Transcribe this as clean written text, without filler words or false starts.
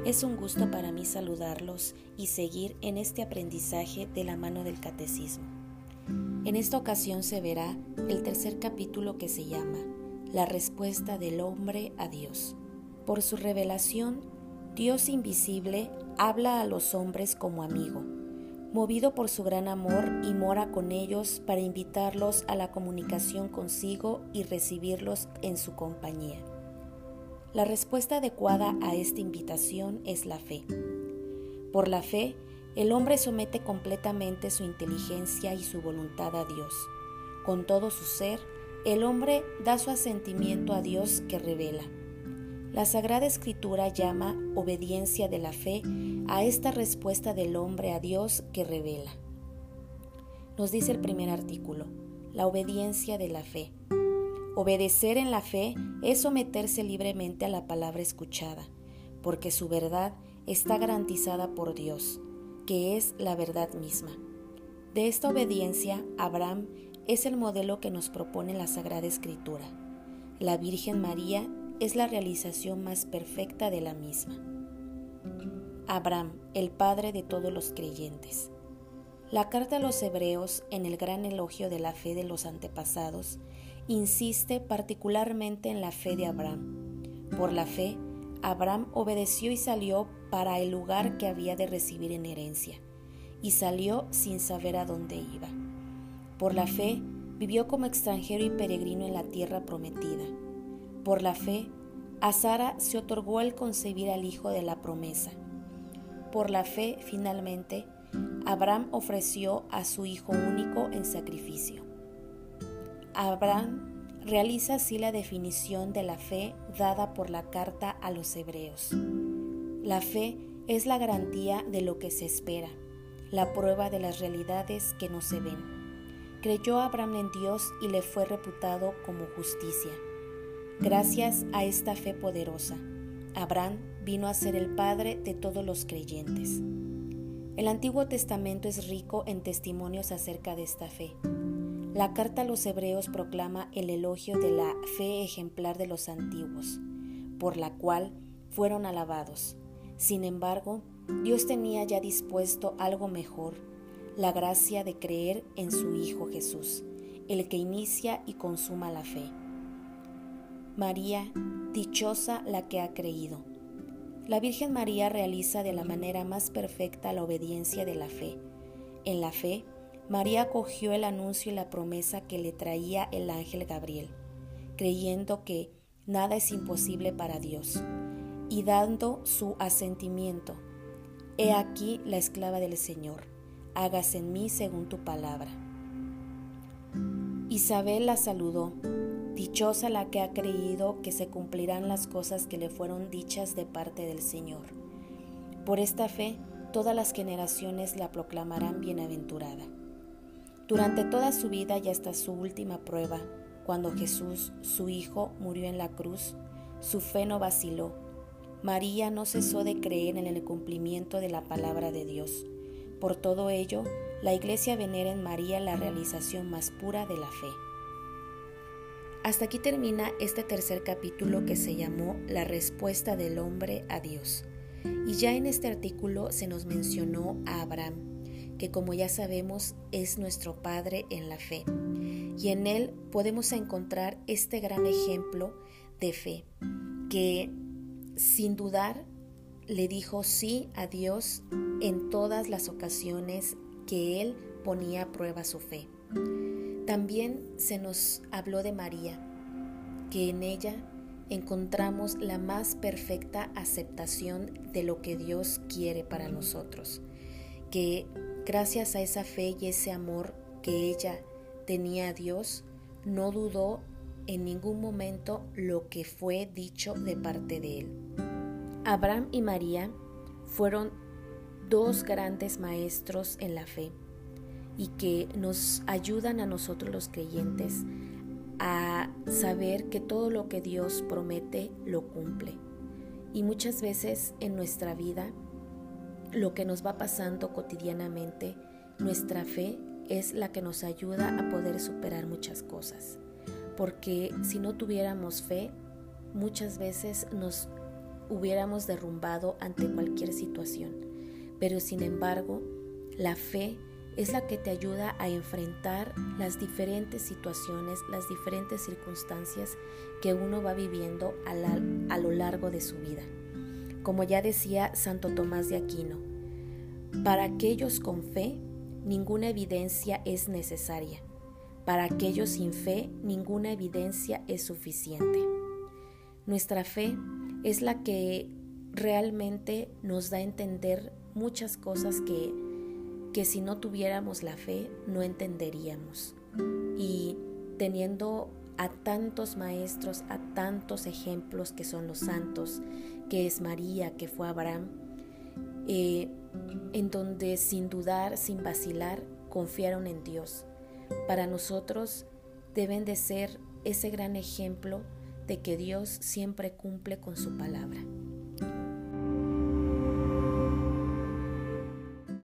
Es un gusto para mí saludarlos y seguir en este aprendizaje de la mano del Catecismo. En esta ocasión se verá el tercer capítulo que se llama La respuesta del hombre a Dios. Por su revelación, Dios invisible habla a los hombres como amigo, movido por su gran amor y mora con ellos para invitarlos a la comunicación consigo y recibirlos en su compañía. La respuesta adecuada a esta invitación es la fe. Por la fe, el hombre somete completamente su inteligencia y su voluntad a Dios. Con todo su ser, el hombre da su asentimiento a Dios que revela. La Sagrada Escritura llama obediencia de la fe a esta respuesta del hombre a Dios que revela. Nos dice el primer artículo, la obediencia de la fe. Obedecer en la fe es someterse libremente a la palabra escuchada, porque su verdad está garantizada por Dios, que es la verdad misma. De esta obediencia, Abraham es el modelo que nos propone la Sagrada Escritura. La Virgen María es la realización más perfecta de la misma. Abraham, el padre de todos los creyentes. La carta a los Hebreos, en el gran elogio de la fe de los antepasados, insiste particularmente en la fe de Abraham. Por la fe, Abraham obedeció y salió para el lugar que había de recibir en herencia, y salió sin saber a dónde iba. Por la fe, vivió como extranjero y peregrino en la tierra prometida. Por la fe, a Sara se otorgó el concebir al hijo de la promesa. Por la fe, finalmente, Abraham ofreció a su hijo único en sacrificio. Abraham realiza así la definición de la fe dada por la carta a los Hebreos. La fe es la garantía de lo que se espera, la prueba de las realidades que no se ven. Creyó Abraham en Dios y le fue reputado como justicia. Gracias a esta fe poderosa, Abraham vino a ser el padre de todos los creyentes. El Antiguo Testamento es rico en testimonios acerca de esta fe. La carta a los Hebreos proclama el elogio de la fe ejemplar de los antiguos, por la cual fueron alabados. Sin embargo, Dios tenía ya dispuesto algo mejor, la gracia de creer en su Hijo Jesús, el que inicia y consuma la fe. María, dichosa la que ha creído. La Virgen María realiza de la manera más perfecta la obediencia de la fe. En la fe, María acogió el anuncio y la promesa que le traía el ángel Gabriel, creyendo que nada es imposible para Dios, y dando su asentimiento. He aquí la esclava del Señor, hágase en mí según tu palabra. Isabel la saludó, dichosa la que ha creído que se cumplirán las cosas que le fueron dichas de parte del Señor. Por esta fe, todas las generaciones la proclamarán bienaventurada. Durante toda su vida y hasta su última prueba, cuando Jesús, su Hijo, murió en la cruz, su fe no vaciló. María no cesó de creer en el cumplimiento de la palabra de Dios. Por todo ello, la Iglesia venera en María la realización más pura de la fe. Hasta aquí termina este tercer capítulo que se llamó La respuesta del hombre a Dios. Y ya en este artículo se nos mencionó a Abraham, que como ya sabemos es nuestro padre en la fe. Y en él podemos encontrar este gran ejemplo de fe, que sin dudar le dijo sí a Dios en todas las ocasiones que él ponía a prueba su fe. También se nos habló de María, que en ella encontramos la más perfecta aceptación de lo que Dios quiere para nosotros, que gracias a esa fe y ese amor que ella tenía a Dios, no dudó en ningún momento lo que fue dicho de parte de él. Abraham y María fueron dos grandes maestros en la fe y que nos ayudan a nosotros los creyentes a saber que todo lo que Dios promete lo cumple. Y muchas veces en nuestra vida, lo que nos va pasando cotidianamente, nuestra fe es la que nos ayuda a poder superar muchas cosas. Porque si no tuviéramos fe, muchas veces nos hubiéramos derrumbado ante cualquier situación. Pero sin embargo, la fe es la que te ayuda a enfrentar las diferentes situaciones, las diferentes circunstancias que uno va viviendo a lo largo de su vida. Como ya decía Santo Tomás de Aquino, para aquellos con fe, ninguna evidencia es necesaria. Para aquellos sin fe, ninguna evidencia es suficiente. Nuestra fe es la que realmente nos da a entender muchas cosas que si no tuviéramos la fe no entenderíamos. Y teniendo a tantos maestros, a tantos ejemplos que son los santos, que es María, que fue Abraham, en donde sin dudar, sin vacilar, confiaron en Dios. Para nosotros deben de ser ese gran ejemplo de que Dios siempre cumple con su palabra.